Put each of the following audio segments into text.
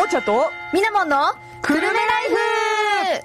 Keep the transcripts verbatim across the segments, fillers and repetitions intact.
お茶とみなもんのくるめライフ。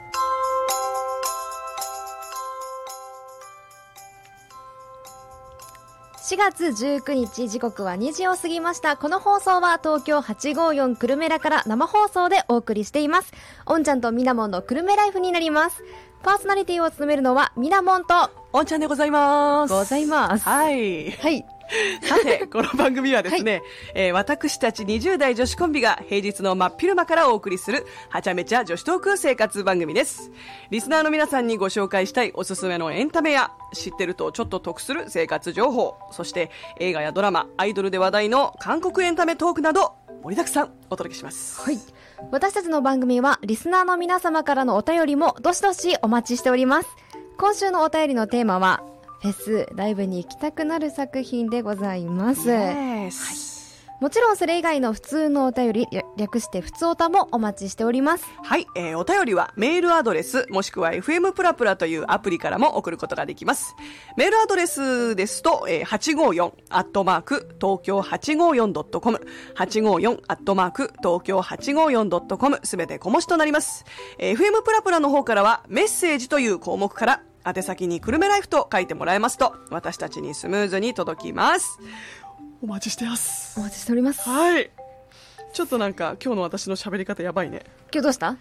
しがつじゅうくにち、時刻はにじを過ぎました。この放送は東京はちごーよんくるめらから生放送でお送りしています。おんちゃんとみなもんのくるめライフになります。パーソナリティを務めるのはみなもんとおんちゃんでございます。 ございます。 はい。 はい。 さて、この番組はですね、はい、えー、私たちにじゅう代女子コンビが平日の真っ昼間からお送りするはちゃめちゃ女子トーク生活番組です。リスナーの皆さんにご紹介したいおすすめのエンタメや知ってるとちょっと得する生活情報、そして映画やドラマ、アイドルで話題の韓国エンタメトークなど盛りだくさんお届けします。 はい。私たちの番組はリスナーの皆様からのお便りもどしどしお待ちしております。今週のお便りのテーマはフェス、ライブに行きたくなる作品でございます。 Yes. はい、もちろんそれ以外の普通のお便り、略して普通おたもお待ちしております。 はい、えー、お便りはメールアドレスもしくは エフエム プラプラというアプリからも送ることができます。メールアドレスですと、えー、はちごーよんアットマーク東京はちごーよんドットコム はちごーよんアットマーク東京はちごーよんドットコム すべて小文字となります。えー、エフエム プラプラの方からはメッセージという項目から宛先にくるめライフと書いてもらえますと私たちにスムーズに届きます。お待ちしてます。 お待ちしております。 はい。ちょっとなんか今日の私の喋り方やばいね。 今日どうした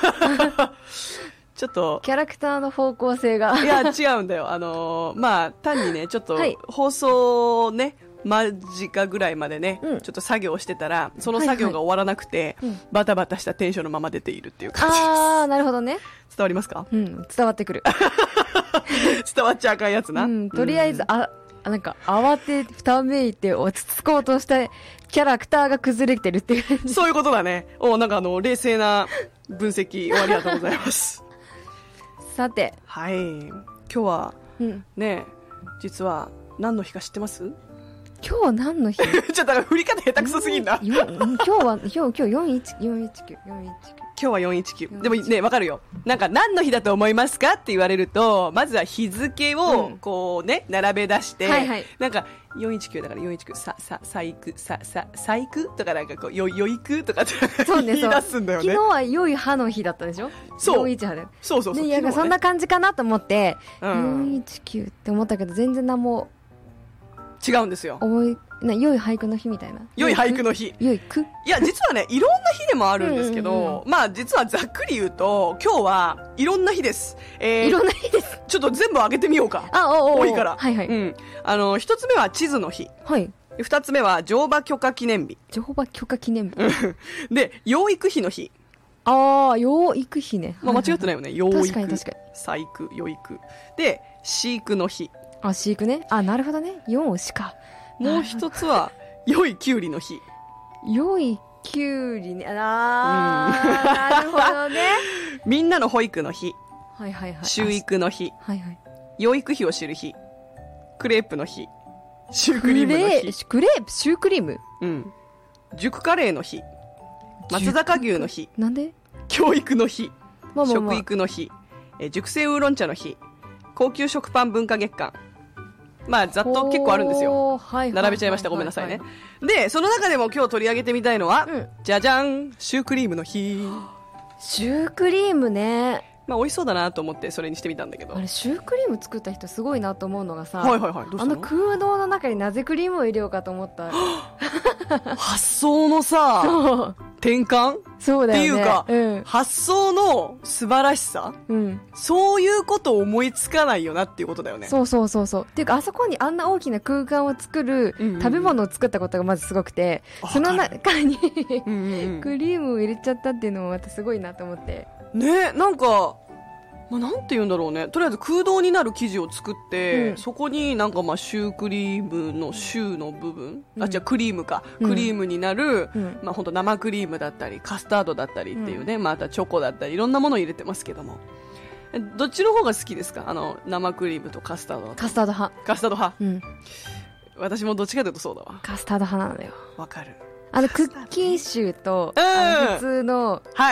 ちょっとキャラクターの方向性がいや違うんだよ。あのー、まあ単にねちょっと放送ね、間近ぐらいまでね、うん、ちょっと作業してたらその作業が終わらなくて、はいはい、バタバタしたテンションのまま出ているっていう感じです。 ああ、なるほどね。 伝わりますか？ うん、伝わってくる。 伝わっちゃあかんやつな。 うん、とりあえず、うん、あ、なんか慌てふためいて落ち着こうとしたキャラクターが崩れてるっていう感じ。 そういうことだね。お、なんかあの冷静な分析ありがとうございます。 さて、 はい、今日は、うん、ね実は何の日か知ってます？ 今日は何の日？ちょっと振り方下手くそすぎんな。 今日は今日今日よんいちきゅう よんいちきゅう よんいちきゅう今日はよんいちきゅうでもねわかるよ。なんか何の日だと思いますかって言われるとまずは日付をこうね、うん、並べ出して、はいはい、なんかよんいちきゅうだからよんいちきゅうささ細工ささ細工とかなんかこうよよいくとかって言い出すんだよね。 昨日は良い歯の日だったでしょ。 そうよんいちはで。 そうそうそう。 ね、いやそんな感じかなと思って、うん、よんいちきゅうって思ったけど全然何も違うんですよ。 思いな良い俳句の日みたいな。 良い俳句の日。 良い句。いや実はねいろんな日でもあるんですけど、うんうんうん、まあ実はざっくり言うと今日はいろんな日です。 えー、いろんな日です。 ちょっと全部開けてみようか。 あ、おうおう多いから。 はいはい。 うん。あの一つ目は地図の日。 はい。 二つ目は乗馬許可記念日。 乗馬許可記念日。 で養育費の日。 ああ、養育費ね。 まあ間違ってないよね。養育。 確かに確かに。 細工養育で飼育の日。 あ、飼育ね。あ、なるほどね。よん牛か。 もう一つは良いきゅうりの日。 良いきゅうりね。あー、うん、なるほどね。 みんなの保育の日。 はいはいはい。 習育の日。 はいはい。 養育費を知る日。クレープの日。シュークリームの日。 クレープシュークリーム。 うん。熟カレーの日。松坂牛の日。 なんで？ 教育の日。 まあまあまあ、 食育の日。え熟成ウーロン茶の日。高級食パン文化月間。まあざっと結構あるんですよ。並べちゃいました。ごめんなさいね。でその中でも今日取り上げてみたいのは、うん、じゃじゃんシュークリームの日。 シュークリームね。 まあ美味しそうだなと思ってそれにしてみたんだけど、 あれシュークリーム作った人すごいなと思うのがさ、 はいはいはい、どうしたの？ あの空洞の中になぜクリームを入れようかと思った発想のさ転換そうだよねっていうか、 うん、 発想の素晴らしさ、うん、そういうこと思いつかないよなっていうことだよね。 そうそうそうそうっていうかあそこにあんな大きな空間を作る、うんうん、食べ物を作ったことがまずすごくて、その中にうんうん、クリームを入れちゃったっていうのもまたすごいなと思ってね。なんかまあ、なんて言うんだろうね。とりあえず空洞になる生地を作って、うん、そこになんかまあシュークリームのシューの部分、うん、あ、じゃあクリームか、うん、クリームになる、うん、まあ本当生クリームだったりカスタードだったりっていうね、うん、またチョコだったりいろんなものを入れてますけども、どっちの方が好きですか？あの生クリームとカスタード。 カスタード派。 カスタード派、 うん、 私もどっちかというとそうだわ。 カスタード派なんだよ。 わかる。 あのクッキーシューと、あの普通のはい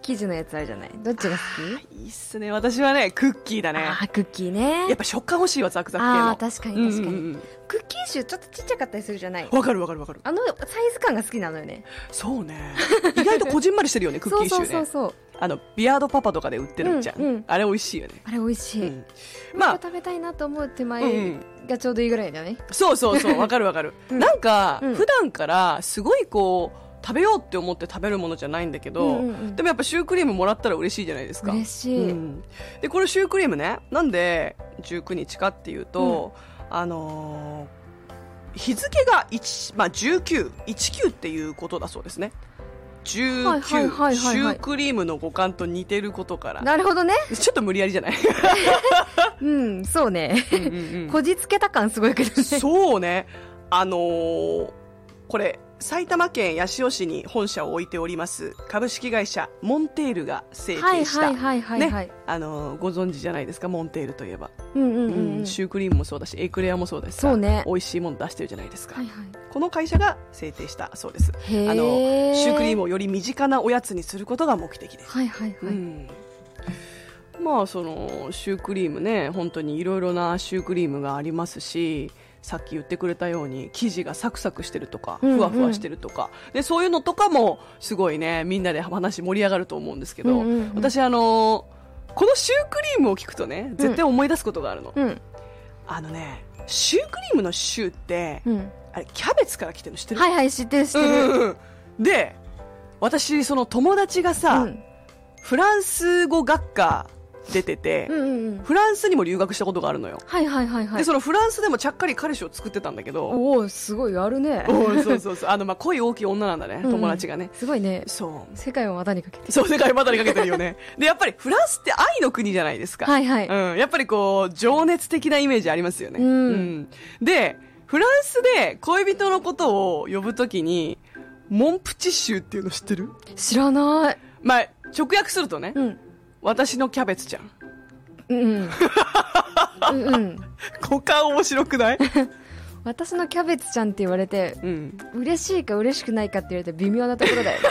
生地のやつあるじゃない。どっちが好き？ いいっすね。私はね、クッキーだね。 あー、クッキーね。 やっぱ食感欲しいわ、ザクザク系の。 ああ、確かに確かに、 うんうんうん、 クッキー種ちょっとちっちゃかったりするじゃない。 わかるわかるわかる。 あのサイズ感が好きなのよね。 そうね。意外とこじんまりしてるよね、クッキー種ね。 そうそうそうそう。 あのビアードパパとかで売ってるじゃん、 うんうん、 あれ美味しいよね。 あれ美味しい、うん、まあ食べたいなと思う手前がちょうどいいぐらいだね、うん、 そうそうそう、わかるわかる、うん、なんか、うん、普段からすごいこう食べようって思って食べるものじゃないんだけど、うんうんうん、でもやっぱシュークリームもらったら嬉しいじゃないですか。 嬉しい、うん、 でこのシュークリームね、なんでじゅうくにちかっていうと、うん、あのー、日付が1、まあ、じゅうく、じゅうきゅうっていうことだそうですね。じゅうきゅう、はいはいはいはいはい、シュークリームの五感と似てることから。 なるほどね。 ちょっと無理やりじゃないうん、そうね。うんうんうん、こじつけた感すごいけどね。 そうね。あのー、これ、埼玉県八潮市に本社を置いております株式会社モンテールが制定した、 はいはいはいはい、はい、 ね、あのー、ご存知じゃないですか、モンテールといえば。 うんうんうんうんうん、シュークリームもそうだし、エクレアもそうだしさ、 そうね、 美味しいもの出してるじゃないですか、 はいはい、 この会社が制定したそうです。あのシュークリームをより身近なおやつにすることが目的です。 はいはいはい、うん、 まあそのシュークリームね、本当にいろいろなシュークリームがありますし、さっき言ってくれたように生地がサクサクしてるとか、ふわふわしてるとか、うんうん、でそういうのとかもすごいね、みんなで話盛り上がると思うんですけど、うんうんうん、私あのこのシュークリームを聞くとね、絶対思い出すことがあるの、うん、あのね、シュークリームのシューって、うん、あれキャベツから来てるの知ってる？ はいはい、知ってる知ってる、うんうん、 で私その友達がさ、うん、フランス語学科出てて、うんうんうん、フランスにも留学したことがあるのよ。 はいはいはいはい。 でそのフランスでもちゃっかり彼氏を作ってたんだけど、 おお、すごいあるね。 おそうそうそう、あのまあ恋大きい女なんだね、うん、友達がね。 すごいね。 そう世界を股にかけて。 そう、世界を股にかけてるよね。でやっぱりフランスって愛の国じゃないですか。 はいはい。 うん、やっぱりこう情熱的なイメージありますよね。うん、うん、でフランスで恋人のことを呼ぶときにモンプチッシュっていうの知ってる？ 知らない。 まあ直訳するとね、うん、私のキャベツちゃん。うんうんうんうん、股間面白くない？ 私のキャベツちゃんって言われて、うん、嬉しいか嬉しくないかって言われて微妙なところだよね。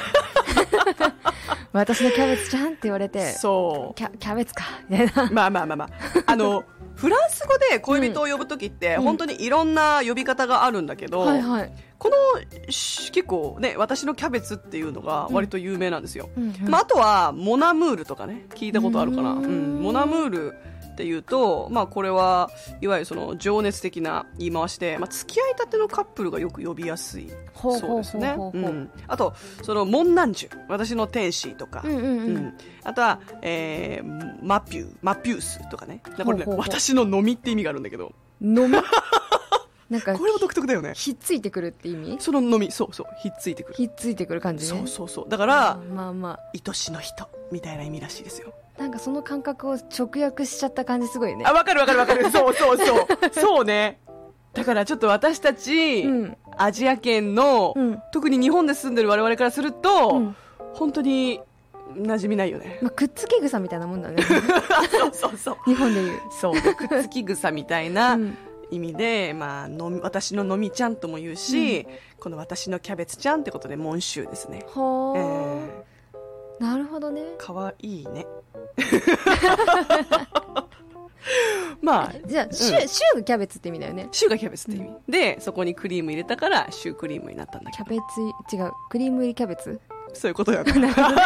私のキャベツちゃんって言われて、 そうキャ、キャベツかみたいな。 まあまあまあまあ、あのフランス語で恋人を呼ぶときって、うん、本当にいろんな呼び方があるんだけど、うん、はいはい、この結構ね、私のキャベツっていうのが割と有名なんですよ、うんうん、まあ、あとはモナムールとかね、聞いたことあるかな、うん、モナムールっていうと、まあ、これはいわゆるその情熱的な言い回しで、まあ、付き合いたてのカップルがよく呼びやすいそうですね。あとそのモンナンジュ、私の天使とか、うんうんうんうん、あとは、えー、マピューマピュースとかね、これね、ほうほうほう、私の飲みって意味があるんだけど、飲みなんかこれも独特だよね。 ひっついてくるって意味？ その飲み、そうそう、ひっついてくる、 ひっついてくる感じね。 そうそうそう、だから、 まあまあ、 愛しの人みたいな意味らしいですよ。 なんかその感覚を直訳しちゃった感じすごいね。 あ、わかるわかるわかる。そうそうそうそうね。だからちょっと私たち、うん、アジア圏の、うん、特に日本で住んでる我々からすると、うん、本当に馴染みないよね。 まあ、くっつき草みたいなもんだね。 そうそうそう。 日本でいう。 そう、くっつき草みたいな意味で、まあ、のみ私ののみちゃんとも言うし、うん、この私のキャベツちゃんってことでモンシューですね。 ほー。えー、なるほどね。 かわいいね。まあ、 じゃあ、シュ、うん、シューがキャベツって意味だよね。 シューがキャベツって意味、うん、でそこにクリーム入れたからシュークリームになったんだけど、 キャベツ違う、クリーム入りキャベツ、 そういうことやね。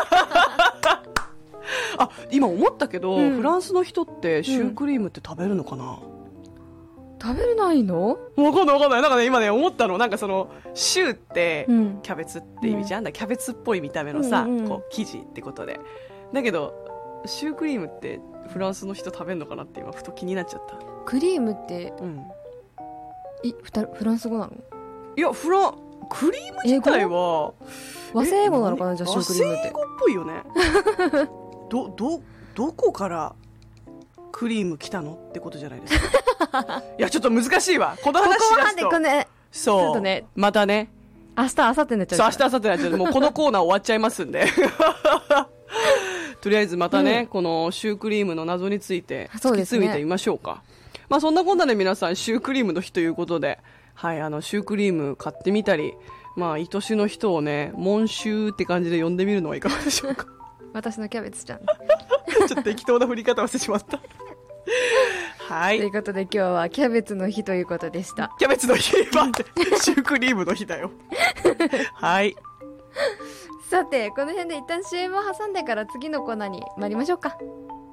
あ、今思ったけど、うん、フランスの人ってシュークリームって食べるのかな、うん、 食べれないの？ 分かんない分かんない。なんかね、今ね思ったの、なんかそのシューってキャベツって意味じゃん、うん、キャベツっぽい見た目のさ、うんうん、こう生地ってことで、だけどシュークリームってフランスの人食べるのかなって今ふと気になっちゃった。 クリームって、うん、いフランス語なの？ いや、フラクリーム自体は和製英語なのかな。じゃあシュークリームって和製英語っぽいよね。どどどこからクリーム来たのってことじゃないですか。いや、ちょっと難しいわこの話しだすと。 ここまでこね、 そう、 ちょっとね、 またね、 明日明後日になっちゃう。 そう、明日明後日になっちゃう。もうこのコーナー終わっちゃいますんで。とりあえずまたね、うん、このシュークリームの謎について突き詰めてみましょうか。う、ね、まあそんなこんなで皆さんシュークリームの日ということで、はい、あのシュークリーム買ってみたり、まあ愛しの人をね、モンシューって感じで呼んでみるのはいかがでしょうか。 私のキャベツちゃん。 ちょっと適当な振り方をしてしまった。はといい。 うことで今日はキャベツの日ということでした。 キャベツの日、待って、シュークリームの日だよ。はい。 さて、この辺で一旦 シーエム を挟んでから次のコーナーに参りましょうか。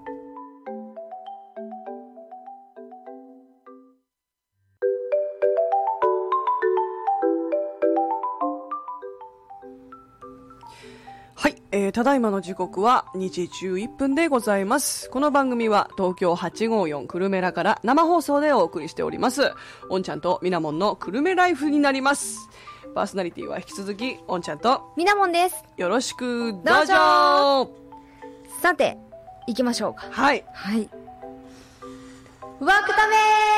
はい、えー、ただいまの時刻はにじじゅういっぷんでございます。この番組は東京はちごーよんくるめらから生放送でお送りしております。おんちゃんとみなもんのくるめライフになります。パーソナリティは引き続きおんちゃんとみなもんです。 よろしくどうぞ。 どうぞ。さて、行きましょうか。 はい。 はい。ワクタメ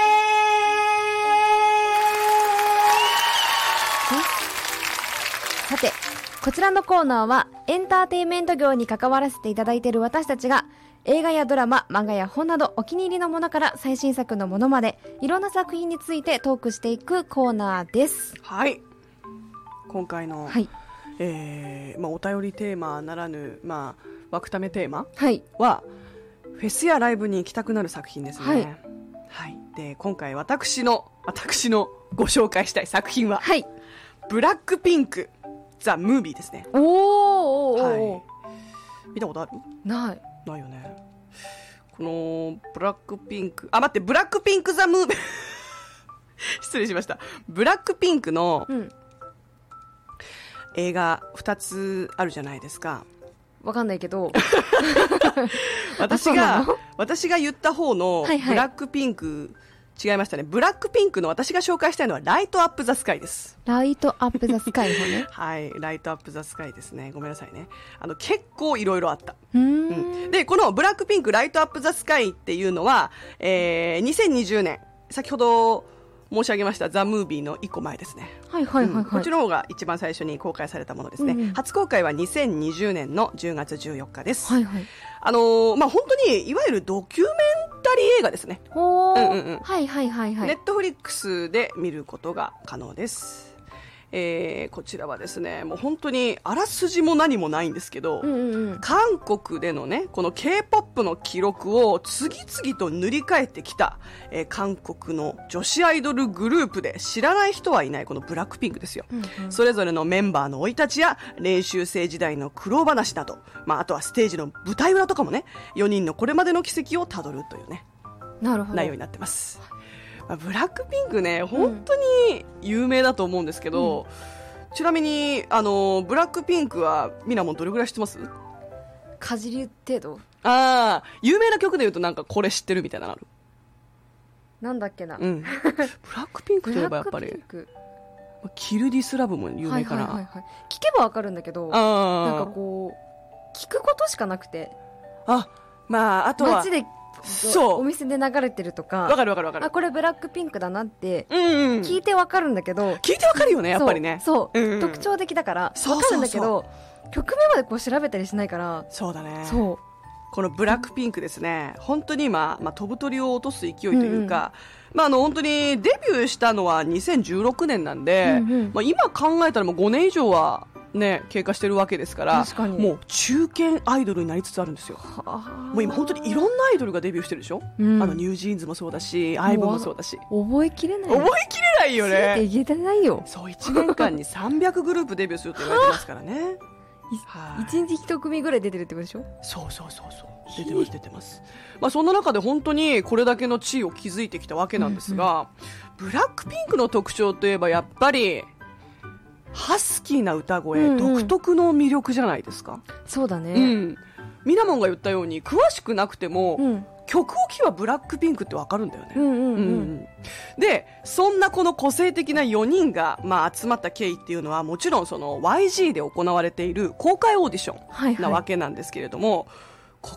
ー。さて、こちらのコーナーはエンターテインメント業に関わらせていただいている私たちが映画やドラマ、漫画や本などお気に入りのものから最新作のものまでいろんな作品についてトークしていくコーナーです。 はい。今回の、 はい、 えーまあ、お便りテーマならぬ、まあ、ワクタメテーマはい、 はフェスやライブに行きたくなる作品ですね。 はいはい、で今回私の私のご紹介したい作品は、 はい、 ブラックピンクザ・ムービーですね。 おーおーおー、 はい、見たことある？ ないないよね。このブラックピンク、あ、待って、ブラックピンクザ・ムービー失礼しました。ブラックピンクのうん映画ふたつあるじゃないですか。 わかんないけど私が私が言った方のはいはいブラックピンク、違いましたね。ブラックピンクの私が紹介したいのはライトアップザスカイです。 ライトアップザスカイの方ねはい、ライトアップザスカイですね。ごめんなさいね。あの結構いろいろあった。 うーんうん、でこのブラックピンクライトアップザスカイっていうのは、えー、にせんにじゅうねん、先ほど申し上げましたザ・ムービーのいっこまえですね。 はいはいはいはい、 うんこっちの方が一番最初に公開されたものですね。 うんうん初公開はにせんにじゅうねんのじゅうがつじゅうよっかです。 はいはい、 あのーまあ、本当にいわゆるドキュメンタリー映画ですね。 ほー、 うんうんうんはいはいはいはい、 ネットフリックスで見ることが可能です。えー、こちらはですね、もう本当にあらすじも何もないんですけど、 うんうんうん、 韓国でのね、この K-ポップ の記録を次々と塗り替えてきた、えー韓国の女子アイドルグループで知らない人はいないこのブラックピンクですよ。 うんうん、 それぞれのメンバーの生い立ちや練習生時代の苦労話など、まあ、あとはステージの舞台裏とかもね、よにんのこれまでの軌跡をたどるというね、 なるほど、 内容になってます。まあ、ブラックピンクね、本当に有名だと思うんですけど、うん、ちなみにあのブラックピンクはみなもんどれぐらい知ってます？ かじり程度。 ああ、有名な曲で言うとなんかこれ知ってるみたいなのある？ なんだっけな、 うん、ブラックピンクといえばやっぱりキルディスラブも有名かな、 はいはいはいはい、聞けばわかるんだけど、 あなんかこう聞くことしかなくて、 あ、まああとは街でそうお店で流れてるとか、 わかるわかるわかる、 あ、これブラックピンクだなってうんうん、 聞いてわかるんだけど、 聞いてわかるよね、やっぱりね。 そう、 うんうん、 特徴的だからわそうかるんだけど、曲名までこう調べたりしないから。 そうだね。 そう、 このブラックピンクですね、本当に今、まあ、飛ぶ鳥を落とす勢いというか、うんうん、まあ、あの本当にデビューしたのはにせんじゅうろくねんなんで、うんうん、まあ、今考えたらもうごねん以上はね、経過してるわけですから、 確かにもう中堅アイドルになりつつあるんですよ。もう今本当にいろんなアイドルがデビューしてるでしょ、うん、あのニュージーンズもそうだし、アイブもそうだし、 覚えきれない、 覚えきれないよね。 ついていけてないよ。 そう、いちねんかんにさんびゃくグループデビューすると言われてますからね。 いちにちいち組ぐらい出てるってことでしょ。 そうそうそうそう、出てます出てます。まあ、そんな中で本当にこれだけの地位を築いてきたわけなんですが、うんうん、ブラックピンクの特徴といえばやっぱりハスキーな歌声、うんうん、独特の魅力じゃないですか。 そうだね、 うん、ミナモンが言ったように詳しくなくても、うん、曲を聴けばブラックピンクってわかるんだよね、うんうんうんうん、でそんなこの個性的なよにんが、まあ、集まった経緯っていうのはもちろんその ワイジー で行われている公開オーディションなわけなんですけれども、はいはい、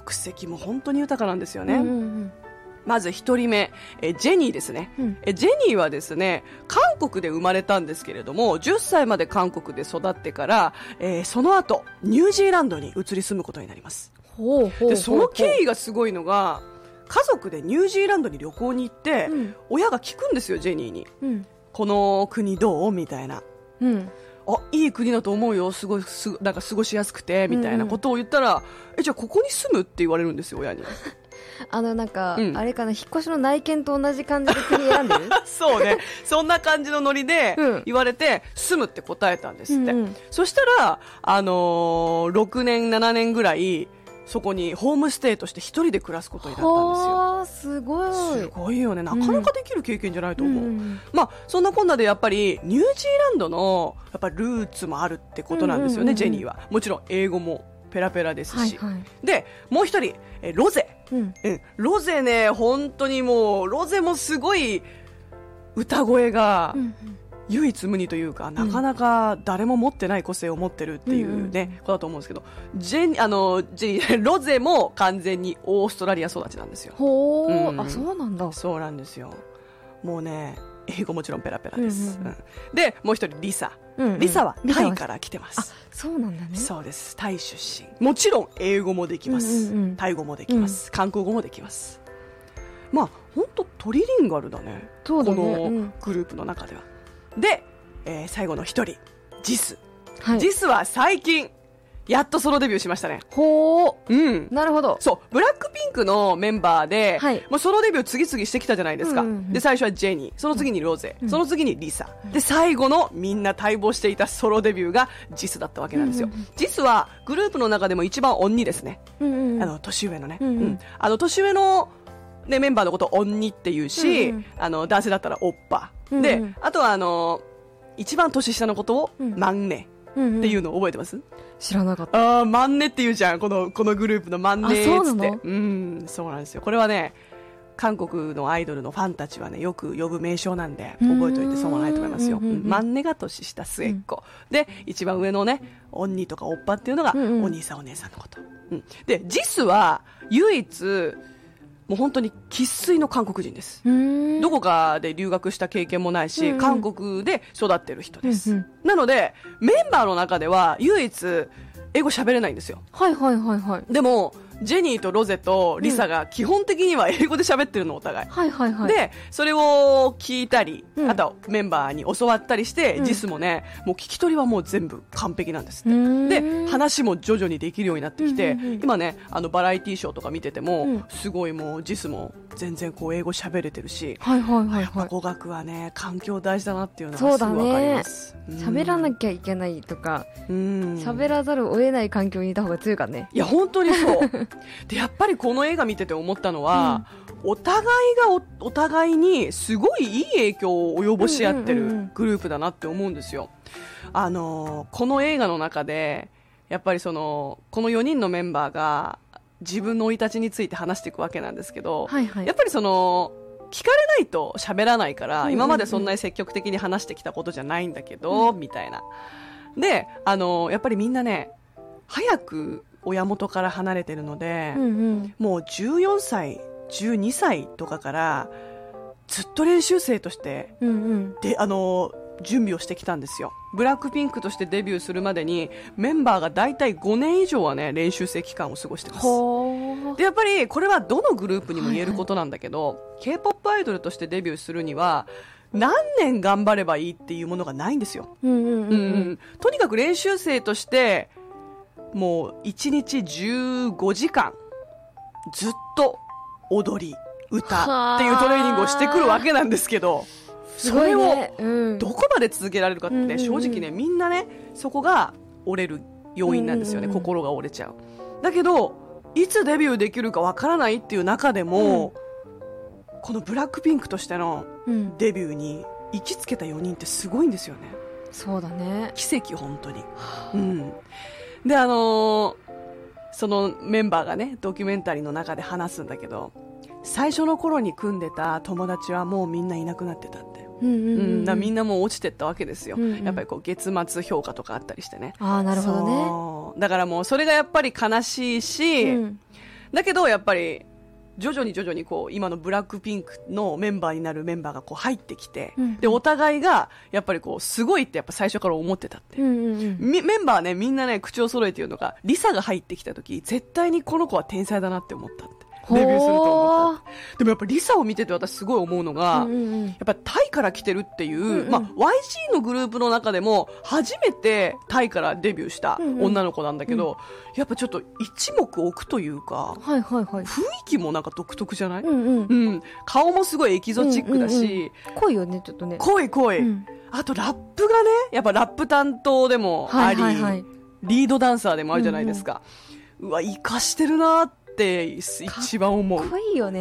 国籍も本当に豊かなんですよね、うんうんうん。まず一人目、えジェニーですね、うん、えジェニーはですね、韓国で生まれたんですけれども、じゅっさいまで韓国で育ってから、えー、その後ニュージーランドに移り住むことになります。 ほうほうほうほう。 でその経緯がすごいのが、家族でニュージーランドに旅行に行って、うん、親が聞くんですよジェニーに、うん、この国どうみたいな、うん、 あいい国だと思うよ、すごいすなんか過ごしやすくてみたいなことを言ったら、うん、えじゃあここに住むって言われるんですよ、親に。 あのなんか、うん、あれかな、引っ越しの内見と同じ感じで国選んでるそうね、そんな感じのノリで言われて、うん、住むって答えたんですって、うんうん、そしたら、あのー、ろくねんななねんぐらいそこにホームステイとして一人で暮らすことになったんですよ。 すごいすごいよね、なかなかできる経験じゃないと思う、うん、まあそんなこんなでやっぱりニュージーランドのやっぱルーツもあるってことなんですよね、うんうんうんうん、ジェニーはもちろん英語もペラペラですし、はいはい、でもう一人えロゼ、うんうん、ロゼね、本当にもうロゼもすごい歌声が唯一無二というか、うん、なかなか誰も持ってない個性を持ってるっていうね、うんうん、ことだと思うんですけど、ジェあのジェロゼも完全にオーストラリア育ちなんですよ。 ほー、うん、あそうなんだ。 そうなんですよ。もうね英語もちろんペラペラです、うんうんうん、でもう一人リサ、うんうん、リサはタイから来てます。 あ、そうなんだね。 そうです、タイ出身。もちろん英語もできます、うんうんうん、タイ語もできます、うん、韓国語もできます。まあ本当トリリンガルだね、 そうだね、 このグループの中では、うん、で、えー、最後の一人ジス、はい、ジスは最近やっとソロデビューしましたね。 ほー、 うん、 なるほど。 そう、ブラックピンクのメンバーで、はい、もうソロデビュー次々してきたじゃないですか、うんうんうん、で最初はジェニー、その次にロゼ、うん、その次にリサ、うん、で最後のみんな待望していたソロデビューがジスだったわけなんですよ、うんうんうん、ジスはグループの中でも一番オンニですね、うんうんうん、あの年上のね、うんうんうん、あの年上の、ね、メンバーのことをオンニっていうし、うんうん、あの男性だったらオッパ、うんうん、であとはあの一番年下のことをマンネっていうのを覚えてます？ 知らなかった。 あー、マンネっていうじゃん、このこのグループのマンネーっつって。うん、そうなんですよ。これはね、韓国のアイドルのファンたちはねよく呼ぶ名称なんで覚えておいて損はないと思いますよ。うんうんうん、マンネが年下末っ子、うん、で一番上のねオンニとかオッパっていうのが、うんうん、お兄さんお姉さんのこと、うん、でジスは唯一もう本当に生粋の韓国人です。どこかで留学した経験もないし、うんうん、韓国で育ってる人です、うんうん、なのでメンバーの中では唯一英語喋れないんですよ。 はいはいはいはい。 でもジェニーとロゼとリサが基本的には英語で喋ってるの、お互い、 はいはいはい、 でそれを聞いたり、うん、あとはメンバーに教わったりして、うん、ジスもねもう聞き取りはもう全部完璧なんですって。で話も徐々にできるようになってきて、うんうんうん、今ねあのバラエティーショーとか見てても、うん、すごいもうジスも全然こう英語喋れてるし、 はいはいはいはい、やっぱ語学はね環境大事だなっていうのがすごいわかります。 喋、ね、らなきゃいけないとか喋らざるを得ない環境にいた方が強いからね。いや本当にそうでやっぱりこの映画見てて思ったのは、うん、お互いが お, お互いにすごいいい影響を及ぼし合ってるグループだなって思うんですよ。あのこの映画の中でやっぱりそのこのよにんのメンバーが自分の生い立ちについて話していくわけなんですけど、はいはい、やっぱりその聞かれないと喋らないから、うんうんうん、今までそんなに積極的に話してきたことじゃないんだけど、うん、みたいな。であのやっぱりみんなね早く親元から離れてるので、うんうん、もうじゅうよんさいじゅうにさいとかからずっと練習生として、うんうん、であの準備をしてきたんですよ。ブラックピンクとしてデビューするまでにメンバーがだいたいごねん以上はね練習生期間を過ごしてます。でやっぱりこれはどのグループにも言えることなんだけど、はいはい、K-ポップ アイドルとしてデビューするには何年頑張ればいいっていうものがないんですよ。うんうんうんうん、とにかく練習生としてもういちにちじゅうごじかんずっと踊り歌っていうトレーニングをしてくるわけなんですけど、それをどこまで続けられるかって、ね、正直ねみんなねそこが折れる要因なんですよね、うんうんうん、心が折れちゃう。だけどいつデビューできるかわからないっていう中でも、うん、このブラックピンクとしてのデビューに行きつけたよにんってすごいんですよね。 そうだね、 奇跡本当に、うん、であのー、そのメンバーがねドキュメンタリーの中で話すんだけど、最初の頃に組んでた友達はもうみんないなくなってたって、うんうんうんうん、だみんなもう落ちてったわけですよ、うんうん、やっぱりこう月末評価とかあったりしてね。 あーなるほどね。だからもうそれがやっぱり悲しいし、うん、だけどやっぱり徐々に徐々にこう今のブラックピンクのメンバーになるメンバーがこう入ってきて、うん、でお互いがやっぱりこうすごいってやっぱ最初から思ってたって、うんうんうん、メンバーねみんなね口を揃えて言うのが、リサが入ってきた時絶対にこの子は天才だなって思ったって。 デビューすると思った。でもやっぱリサを見てて私すごい思うのが、 うんうんうん、 やっぱタイから来てるっていう、 うんうん、 まあ、ワイジー のグループの中でも初めてタイからデビューした女の子なんだけど、うんうん、やっぱちょっと一目置くというか、 はいはいはい、 雰囲気もなんか独特じゃない、 うんうんうん、顔もすごいエキゾチックだし、うんうんうん、 濃いよねちょっとね、 濃い濃い、うん、あとラップがねやっぱラップ担当でもあり、はいはいはい、リードダンサーでもあるじゃないですか、うんうん、うわ生かしてるなって一番思う。 かっこいいよね、 うん、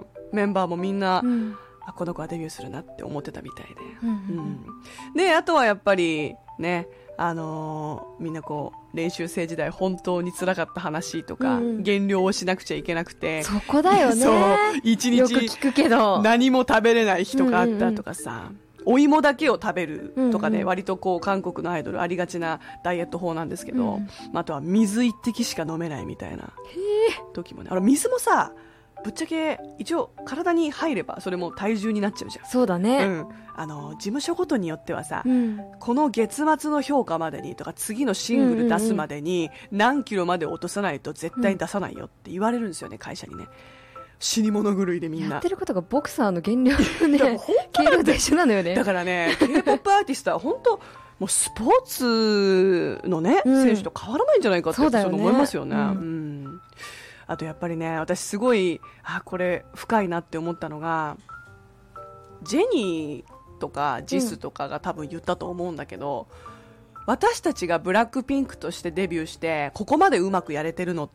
メンバーもみんな、うん、あこの子はデビューするなって思ってたみたいで、うんうんうん、であとはやっぱりねあのー、みんなこう練習生時代本当に辛かった話とか、うん、減量をしなくちゃいけなくてそこだよねそう一日よく聞くけど何も食べれない日とかあったとかさ、うんうんうん、お芋だけを食べるとかね、うんうん、割とこう韓国のアイドルありがちなダイエット法なんですけど、うんまあ、あとは水一滴しか飲めないみたいな時もね、あれ水もさぶっちゃけ一応体に入ればそれも体重になっちゃうじゃん。 そうだね、 うん、あの事務所ごとによってはさ、 うん、 この月末の評価までにとか次のシングル出すまでに何キロまで落とさないと絶対に出さないよって言われるんですよね、会社にね。死に物狂いでみんなやってることがボクサーの減量のね計量と一緒なのよね。 だからね K-ポップ アーティストは本当もうスポーツのね、うん、選手と変わらないんじゃないかって思いますよね。うんうんあとやっぱりね私すごいあこれ深いなって思ったのがジェニーとかジスとかが多分言ったと思うんだけど、うん、私たちがブラックピンクとしてデビューしてここまでうまくやれてるのって、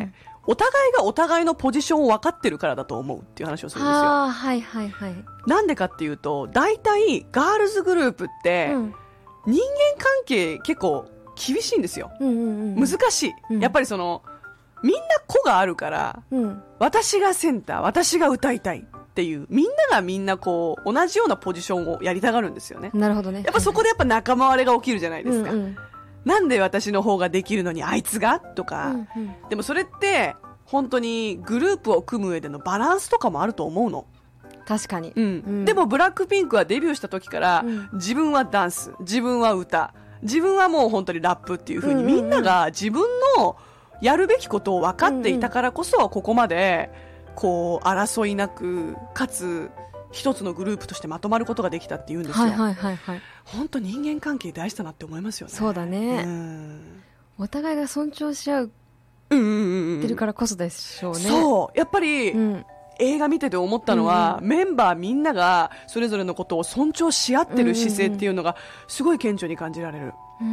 うん、お互いがお互いのポジションを分かってるからだと思うっていう話をするんですよ。 あ、はいはいはい、 なんでかっていうと大体ガールズグループって、うん、人間関係結構厳しいんですよ、うんうんうん、難しい、うん、やっぱりそのみんな子があるから、うん、私がセンター私が歌いたいっていうみんながみんなこう同じようなポジションをやりたがるんですよね。 なるほどね。 やっぱそこでやっぱ仲間割れが起きるじゃないですか、うんうん、なんで私の方ができるのにあいつがとか、うんうん、でもそれって本当にグループを組む上でのバランスとかもあると思うの。 確かに、 うんうん、でもブラックピンクはデビューした時から、うん、自分はダンス自分は歌自分はもう本当にラップっていう風に、うんうんうん、みんなが自分のやるべきことを分かっていたからこそ、うんうん、ここまでこう争いなくかつ一つのグループとしてまとまることができたっていうんですよ。 はいはいはいはい、 本当人間関係大事だなって思いますよね。 そうだね、うん、お互いが尊重し合うってるからこそでしょうね。 そうやっぱり、うん、映画見てて思ったのは、うんうん、メンバーみんながそれぞれのことを尊重し合ってる姿勢っていうのがすごい顕著に感じられる。うんうん、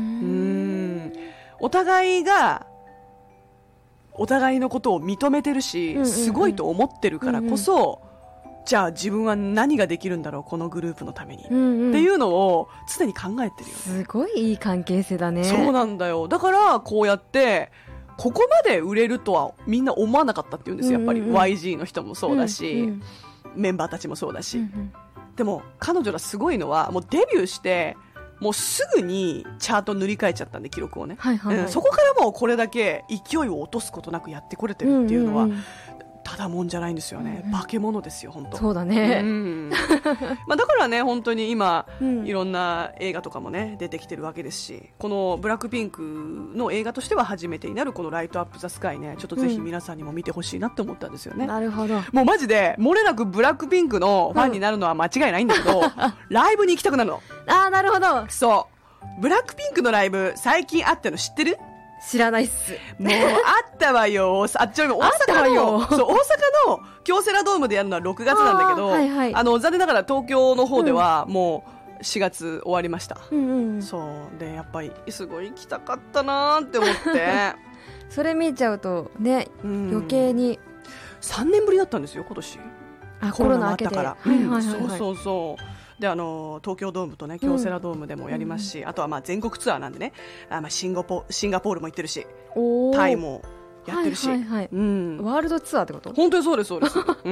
お互いがお互いのことを認めてるし、うんうんうん、すごいと思ってるからこそ、うんうん、じゃあ自分は何ができるんだろうこのグループのために、うんうん、っていうのを常に考えてるよね。 すごいいい関係性だね。 そうなんだよ。だからこうやってここまで売れるとはみんな思わなかったっていうんですよ、やっぱり、うんうん、ワイジー の人もそうだし、うんうん、メンバーたちもそうだし、うんうん、でも彼女らすごいのはもうデビューしてもうすぐにチャート塗り替えちゃったんで記録をね、はいはいはい、うん、そこからもうこれだけ勢いを落とすことなくやってこれてるっていうのは、うんうんうん、ただもんじゃないんですよね、うんうん、化け物ですよ本当。 そうだね、 うんまあ、だからね本当に今、うん、いろんな映画とかもね出てきてるわけですし、このブラックピンクの映画としては初めてになるこのライトアップザスカイね、ちょっとぜひ皆さんにも見てほしいなって思ったんですよね、うん、 なるほど。 もうマジで漏れなくブラックピンクのファンになるのは間違いないんだけど、うん、ライブに行きたくなるの。 あーなるほど。 そうブラックピンクのライブ最近あったの知ってる？ 知らないっす。 もうあったわよ。あっちの大阪のそう大阪の京セラドームでやるのはろくがつなんだけど、あ、はいはい、あの残念ながら東京の方ではもうしがつ終わりました、うんうんうん、そうでやっぱりすごい行きたかったなって思ってそれ見ちゃうとね、うん、余計にさんねんぶりだったんですよ今年。 あコロナ明けて、はいはいはいはい、 そうそうそうであの東京ドームとね京セラドームでもやりますし、うん、あとはまあ全国ツアーなんでね、あ、まあ、シンガポ、シンガポールも行ってるしタイもやってるし、はいはいはい、うん、 ワールドツアーってこと？ 本当にそうですそうです、うん、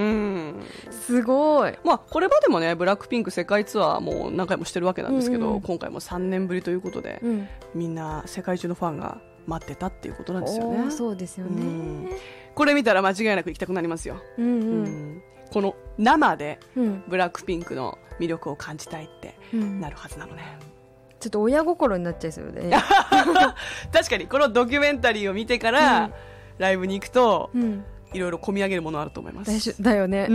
すごい、 まあ、これまでもねブラックピンク世界ツアーも何回もしてるわけなんですけど、うんうん、今回もさんねんぶりということで、うん、みんな世界中のファンが待ってたっていうことなんですよね。 そうですよね、うん、 これ見たら間違いなく行きたくなりますよ、うんうんうん、この生でブラックピンクの魅力を感じたいってなるはずなのね、 うん、ちょっと親心になっちゃいそうで、ね、 確かにこのドキュメンタリーを見てから、うん、ライブに行くと、うん、 いろいろ込み上げるものあると思います。 だしだよね、 うん、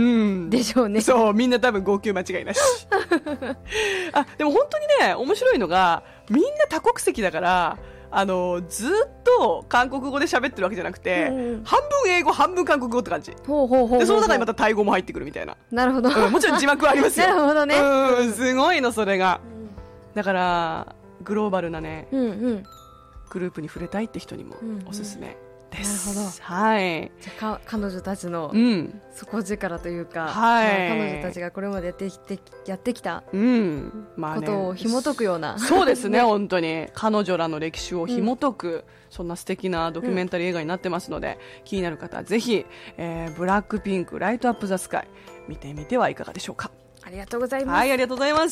でしょうね。 そう、みんな多分号泣間違いなしあ、でも本当にね、面白いのがみんな多国籍だから、あのずっと韓国語で喋ってるわけじゃなくて、うんうん、半分英語半分韓国語って感じ。 ほうほうほうほう。 でその中にまたタイ語も入ってくるみたいな。 なるほど、 うん、もちろん字幕はありますよなるほどね、 うん、すごいのそれが、うん、だからグローバルなね、うんうん、グループに触れたいって人にもおすすめです、うんうん、なるほど。はい、 じゃあ彼女たちの底力というか、 はい、 まあ、彼女たちがこれまでやってきてやってきたことを紐解くような、 うん、まあね、そうですね本当に彼女らの歴史を紐解く、うん、そんな素敵なドキュメンタリー映画になってますので、うん、気になる方はぜひ、えー、ブラックピンクライトアップザスカイ見てみてはいかがでしょうか。 ありがとうございます。 はい、ありがとうございます。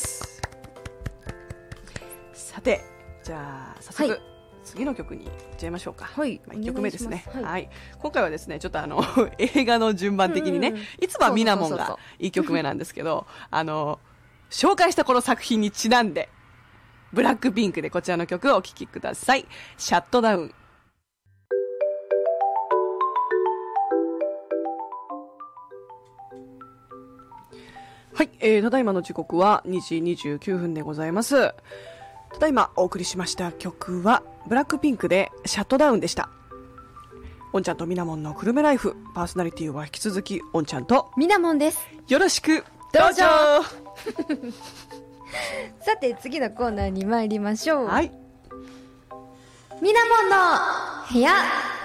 さて、じゃあ早速、はい、次の曲にいっちゃいましょうか。はい、まあ、いっきょくめですね。はいはい、今回はですね、ちょっとあの映画の順番的にね、うんうん、いつもはミナモンがいっきょくめなんですけど、あの紹介したこの作品にちなんでブラックピンクでこちらの曲をお聴きください。シャットダウン。はい、えー、ただいまの時刻はにじにじゅうきゅうふんでございます。ただいまお送りしました曲はブラックピンクでシャットダウンでした。おんちゃんとみなもんの久留米ライフ、パーソナリティは引き続きおんちゃんとみなもんです。 よろしくどうぞさて次のコーナーに参りましょう。 はい、 みなもんの部屋。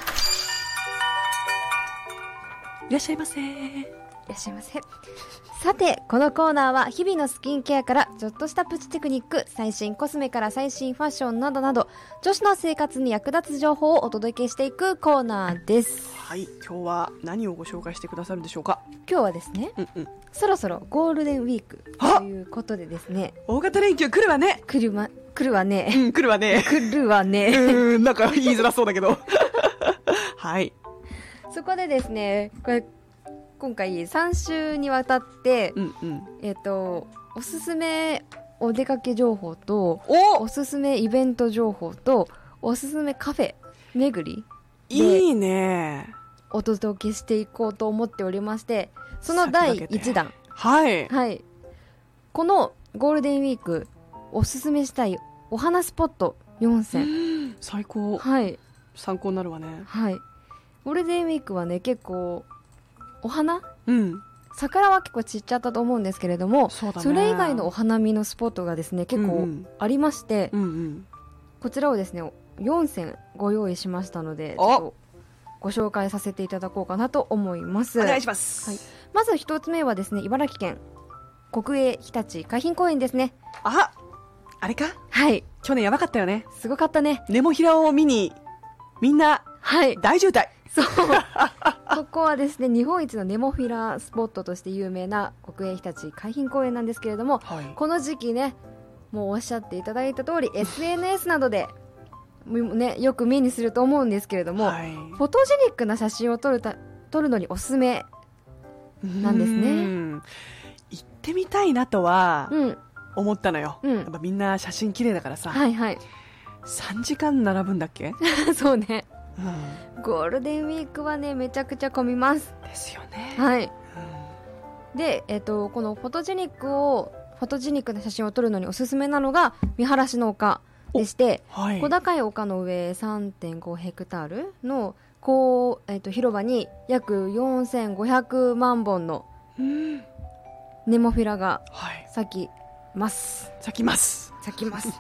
いらっしゃいませ。 いらっしゃいませ。さてこのコーナーは日々のスキンケアからちょっとしたプチテクニック、最新コスメから最新ファッションなどなど女子の生活に役立つ情報をお届けしていくコーナーです。 はい、今日は何をご紹介してくださるんでしょうか。 今日はですね、うんうん、そろそろゴールデンウィークということでですね、 大型連休来るわね。 来るわ、来るわね、 うん、来るわね来るわねうん、なんか言いづらそうだけどはい、 そこでですね、これ今回さん週にわたって、うんうん、えっとおすすめお出かけ情報と お, おすすめイベント情報とおすすめカフェ巡りいいねお届けしていこうと思っておりまして、そのだいいちだん、 はい、 はい、このゴールデンウィークおすすめしたいお花スポットよんせん。 最高、 はい、 参考になるわね。 はい、ゴールデンウィークはね結構お花、 うん、 桜は結構散っちゃったと思うんですけれども、 そ,、ね、それ以外のお花見のスポットがですね結構ありまして、うんうん、こちらをですねよんせんご用意しましたので、ちょっとご紹介させていただこうかなと思います。 お願いします、 はい、まず一つ目はですね、茨城県国営ひたち海浜公園ですね。 あ、あれか。 はい、 去年やばかったよね。 すごかったね。 ネモフィラを見にみんな大渋滞、はい、 そうここはですね日本一のネモフィラスポットとして有名な国営ひたち海浜公園なんですけれども、はい、この時期ね、もうおっしゃっていただいた通りエスエヌエス などで、ね、よく目にすると思うんですけれども、はい、フォトジェニックな写真を撮るた撮るのにおすすめなんですね。 行ってみたいなとは思ったのよ、うん、やっぱみんな写真綺麗だからさ、 はいはい、 さんじかん並ぶんだっけそうね、うん、ゴールデンウィークはねめちゃくちゃ混みますですよね。 はい、うん、で、えーと、このフォトジェニックをフォトジェニックな写真を撮るのにおすすめなのが見晴らしの丘でして、はい、小高い丘の上 さんてんご ヘクタールのこう、えーと、広場に約よんせんごひゃくまんぼんのネモフィラが咲きます、 はい、咲きます咲きます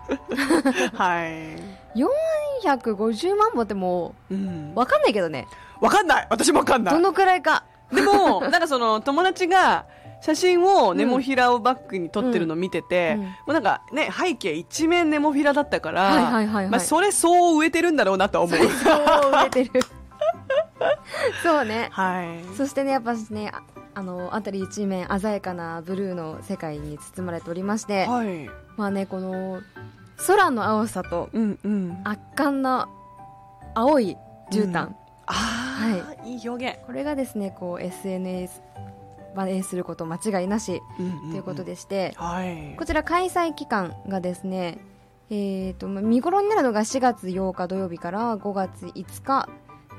はいよんひゃくごじゅうまんぼんってもう、うん、分かんないけどね。 分かんない、私も分かんない、 どのくらいか。 でもなんかその友達が写真をネモフィラをバックに撮ってるのを見てて、うんうん、もうなんかね背景一面ネモフィラだったから、はいはいはいはい、まあ、それそう植えてるんだろうなとは思う。 そう植えてるそうね、 はい、 そしてねやっぱねあの辺り一面鮮やかなブルーの世界に包まれておりまして、はい、まあねこの空の青さと圧巻な青い絨毯、うん、 あ、はい、いい表現。 これがですねこう エスエヌエス 映えすること間違いなし、うんうんうん、ということでして、はい、こちら開催期間がですね、えーと見頃になるのがしがつようか土曜日からごがついつか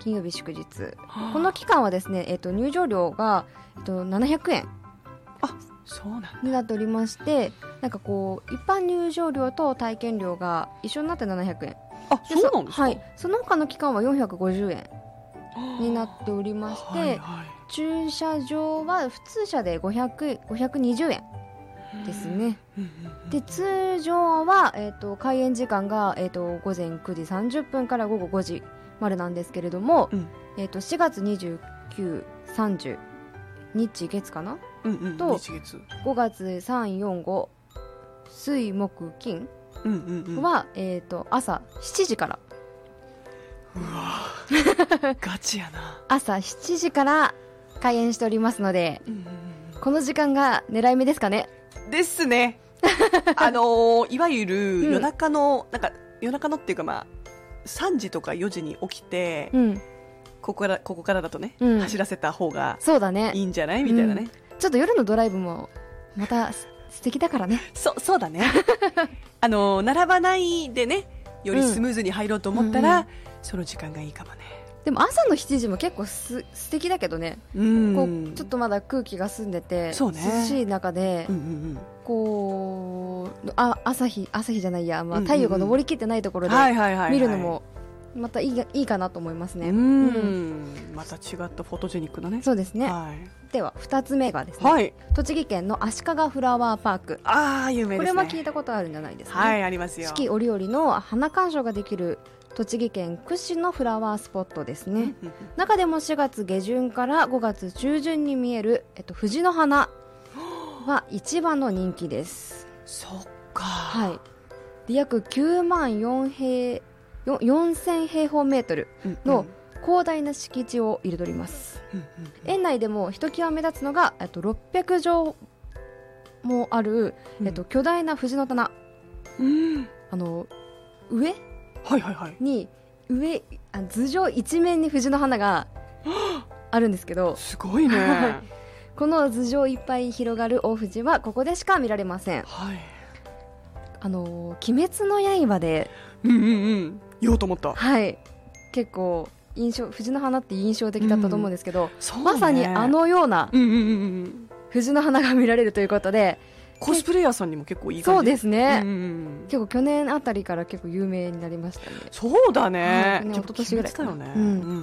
金曜日祝日。この期間はですね、えっと、入場料が、えっと、ななひゃくえんあ、そうなんだ。 になっておりまして、なんかこう一般入場料と体験料が一緒になってななひゃくえん。 あ、そうなんですか。 はい、その他の期間はよんひゃくごじゅうえんになっておりまして、 はいはい、 駐車場は普通車でごひゃく、ごひゃくにじゅうえんですね。で、通常は、えー、と開園時間が、えー、と午前くじさんじゅっぷんから午後ごじまでなんですけれども、 うん、 えー、としがつにじゅうく、さんじゅう日月かな、 うんうん、 と日月ごがつさん、よん、ご水木金は、 うんうんうん、 えー、と朝しちじからうわガチやな。 朝しちじから開園しておりますので、 うんうんうん、 この時間が狙い目ですかね。 ですね。あのー、いわゆる夜中の、うん、なんか夜中のっていうか、まあさんじとかよじに起きて、うん、ここからここからだとね、うん、走らせた方がそうだね、 いいんじゃないみたいなね、 うん、ちょっと夜のドライブもまた素敵だからね。 そそうだね。あのー、並ばないでね、よりスムーズに入ろうと思ったら、うん、その時間がいいかもね。 でも朝のしちじも結構す素敵だけどね、うん、こうちょっとまだ空気が澄んでて、そうね、涼しい中で、うんうんうん、こうあ朝日朝日じゃないや、まあ、太陽が昇りきってないところで見るのもまたいい、いいかなと思いますね。うん、うん、 また違ったフォトジェニックなね。 そうですね、はい、ではふたつめがですね、はい、栃木県の足利フラワーパーク。 あー、有名ですね。 これも聞いたことあるんじゃないですかね。 はい、ありますよ。 四季折々の花鑑賞ができる栃木県屈指のフラワースポットですね。中でもしがつげじゅんからごがつちゅうじゅんに見える、えっと、藤の花は一番の人気です。 そっか、 はい、で約きゅうまんよんせん平方メートルの広大な敷地を彩ります、うんうんうん、園内でもひときわ目立つのが、えっと、ろっぴゃくじょうもある、えっと、巨大な藤の棚、うん、あの上はいはいはい、 に上あ頭上一面に藤の花があるんですけどすごいね。 この頭上いっぱい広がる大藤はここでしか見られません、はい、あの鬼滅の刃で、 うんうんうん、言おうと思った。 はい、結構印象藤の花って印象的だったと思うんですけど、うん、まさにあのような藤の花が見られるということで、 コスプレイヤーさんにも結構いい感じ。 そうですね、うんうん、結構去年あたりから結構有名になりましたね。 そうだね、 はい、一昨年ぐらいかな、 ね、うんうんうんうん、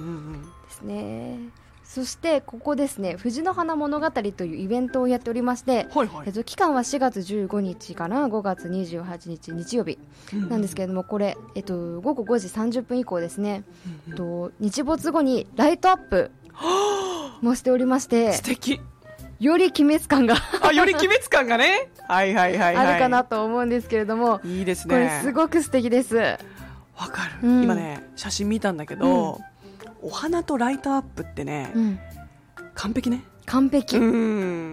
ですね。そしてここですね、藤の花物語というイベントをやっておりまして、はいはい、えっと、期間はしがつじゅうごにちからごがつにじゅうはちにち日曜日なんですけれども、これ、えっと、ごごごじさんじゅっぷん以降ですね、うんうん、と日没後にライトアップもしておりまして、 素敵、 より鬼滅感があ、より鬼滅感がねはいはいはい、はい、 あるかなと思うんですけれども、 いいですね、 これすごく素敵です。 わかる、うん、今ね写真見たんだけど、うん、お花とライトアップってね、うん、完璧ね、 完璧、うん、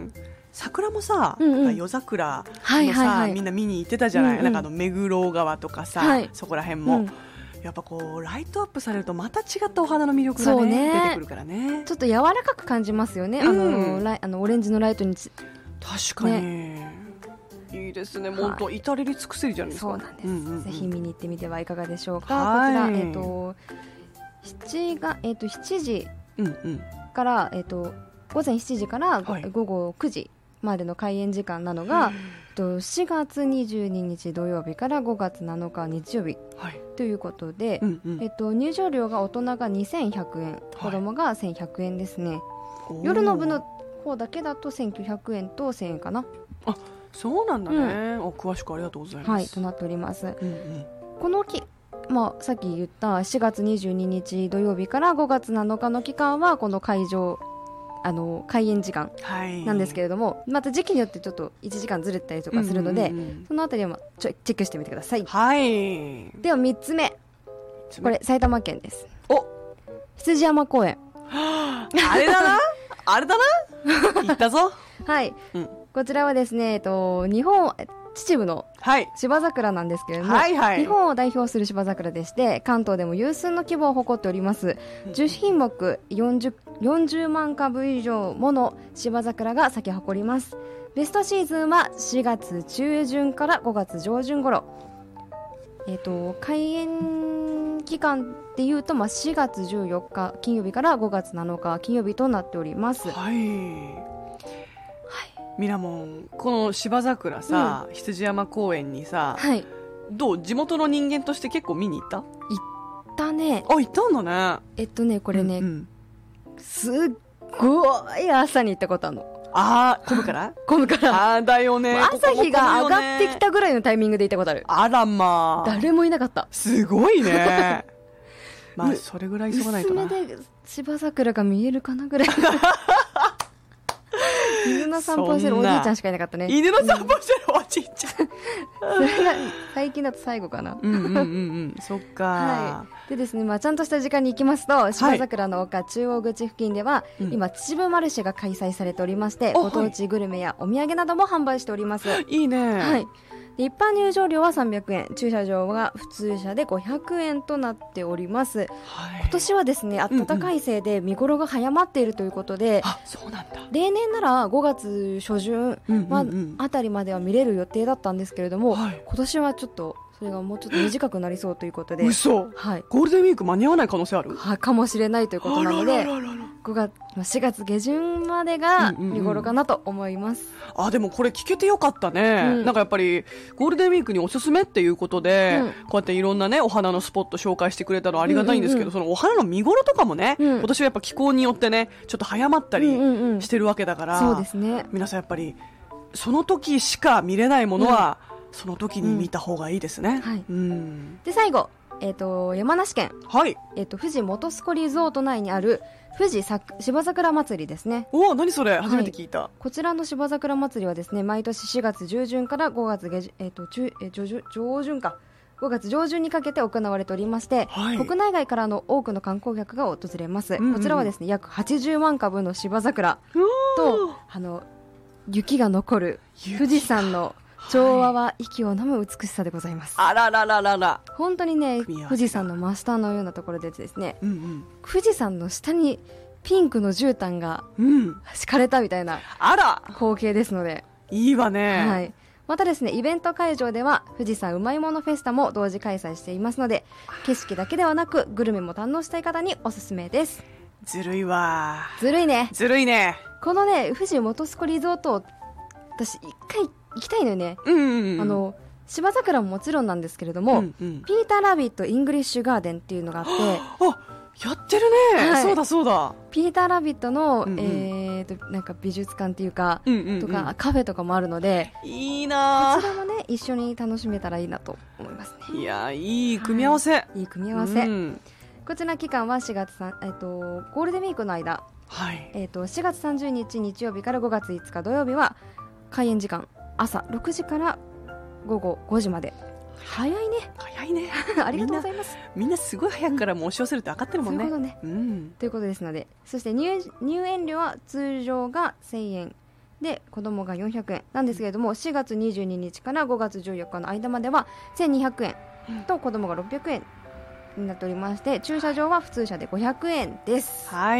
桜もさ、うんうん、夜桜のさ、はいはいはい、みんな見に行ってたじゃない、うんうん、なんかあの目黒川とかさ、はい、そこら辺も、うん、やっぱこうライトアップされるとまた違ったお花の魅力が、ねね、出てくるからね、 ちょっと柔らかく感じますよね、うん、あのライあのオレンジのライトにつ確かに、ね、いいですね、もう、はい、至れり尽くせりじゃないですか。 そうなんです、うんうんうん、ぜひ見に行ってみてはいかがでしょうか。こちら、えーとしちがえー、としちじから、うんうん、えー、と午前しちじから、はい、午後くじまでの開園時間なのが、としがつにじゅうににち土曜日からごがつなのか日曜日、はい、ということで、うんうん、えっと、入場料が大人がにせんひゃくえん、はい、子供がせんひゃくえんですね。夜の部の方だけだとせんきゅうひゃくえんとせんえんかな。 あ、そうなんだね、うん、お詳しくありがとうございます。 はい、となっております、うんうん、このき、まあ、さっき言ったしがつにじゅうににち土曜日からごがつなのかの期間はこの会場あの開園時間なんですけれども、はい、また時期によってちょっといちじかんずれたりとかするので、うんうんうん、そのあたりはちょチェックしてみてください。 はい、 ではみっつめ、これ埼玉県です。お、羊山公園あれだなあれだな行ったぞはい、うん、こちらはですね、えっと、日本秩父の芝桜なんですけれども、はいはいはい、日本を代表する芝桜でして、関東でも有数の規模を誇っております。じゅっひんもく 40, よんじゅうまんかぶ以上もの芝桜が咲き誇ります。ベストシーズンはしがつちゅうじゅんからごがつじょうじゅん頃、えーと、開園期間でいうと、まあ、しがつじゅうよっか金曜日からごがつなのか金曜日となっております。 はい、みなもん、この芝桜さ、うん、羊山公園にさ、はい、どう、地元の人間として結構見に行った？行ったね。 あ、行ったんだね。 えっとねこれね、うんうん、すっごい朝に行ったことあるの。 あー、混むから混むからあーだよね。 朝日が上がってきたぐらいのタイミングで行ったことある。 あらまあ、 誰もいなかった。 すごいねまあそれぐらい急がないとな。 薄めで芝桜が見えるかなぐらい犬の散歩してるおじいちゃんしかいなかったね。 犬の散歩してるおじいちゃんそれが最近だと最後かな。 うんうんうんうんそっか、 はい、でですね、まあ、ちゃんとした時間に行きますと、芝桜の丘中央口付近では、はい、今秩父マルシェが開催されておりまして、うん、ご当地グルメやお土産なども販売しております。 いいね。 はい、で一般入場料はさんびゃくえん、駐車場が普通車でごひゃくえんとなっております。はい、今年はですね、暖かいせいで見頃が早まっているということで、うんうん、 あ、そうなんだ。 例年ならごがつ初旬、うんうんうん、まあ、あたりまでは見れる予定だったんですけれども、はい、今年はちょっとそれがもうちょっと短くなりそうということで嘘、はい、ゴールデンウィーク間に合わない可能性ある？ はかもしれないということなので、ごがつしがつ下旬までが見頃かなと思います。 うんうんうん、あ、でもこれ聞けてよかったね、うん、なんかやっぱりゴールデンウィークにおすすめっていうことで、うん、こうやっていろんなねお花のスポット紹介してくれたのはありがたいんですけど、うんうんうん、そのお花の見頃とかもね、うん、今年はやっぱ気候によってねちょっと早まったりしてるわけだから、 うんうんうん、そうですね、 皆さんやっぱりその時しか見れないものは、うん、その時に見た方がいいですね。 うん、はい、うん、で最後、えー、と山梨県、はい、えー、と富士本栖湖リゾート内にある富士芝桜祭りですね。 おお、何それ、初めて聞いた。はい、 こちらの芝桜祭りはですね、毎年しがつじゅう旬からごがつ下旬、えー、と中えー、上, 上旬かごがつ上旬にかけて行われておりまして、はい、国内外からの多くの観光客が訪れます。うんうん、こちらはですね、約はちじゅうまんかぶの芝桜とあの雪が残る富士山の調和は息を飲む美しさでございます。 あららららら、 本当にね、富士山の真下のようなところでですね、うんうん、富士山の下にピンクの絨毯が敷かれたみたいな光景ですので、 うん、いいわね。 はい、またですね、イベント会場では富士山うまいものフェスタも同時開催していますので、景色だけではなくグルメも堪能したい方におすすめです。 ずるいわ。 ずるいね。 ずるいね。 このね、富士本栖湖リゾート、私一回行きたいのよね。うんうんうん、あの芝桜ももちろんなんですけれども、うんうん、ピーターラビットイングリッシュガーデンっていうのがあって、 あ、やってるね、はい、そうだそうだ。 ピーターラビットの、うんうん、えー、となんか美術館っていうか、うんうんうん、とかカフェとかもあるので、 いいな。 こちらもね一緒に楽しめたらいいなと思いますね。 いや、いい組み合わせ、はい、いい組み合わせ、うん、こちら期間はしがつさん、えー、とゴールデンウィークの間、はい、えー、としがつさんじゅうにち日曜日からごがついつか土曜日は開園時間朝ろくじからごごごじまで。早いね。 早いねありがとうございます。 みんな、みんなすごい早くからもう押し寄せるって分かってるもんね。 そういうことね、うん、ということですので、そして入、入園料は通常がせんえんで子供がよんひゃくえんなんですけれども、しがつにじゅうににちからごがつじゅうよっかの間まではせんにひゃくえんと子供がろっぴゃくえんになっておりまして、駐車場は普通車でごひゃくえんです。 はい、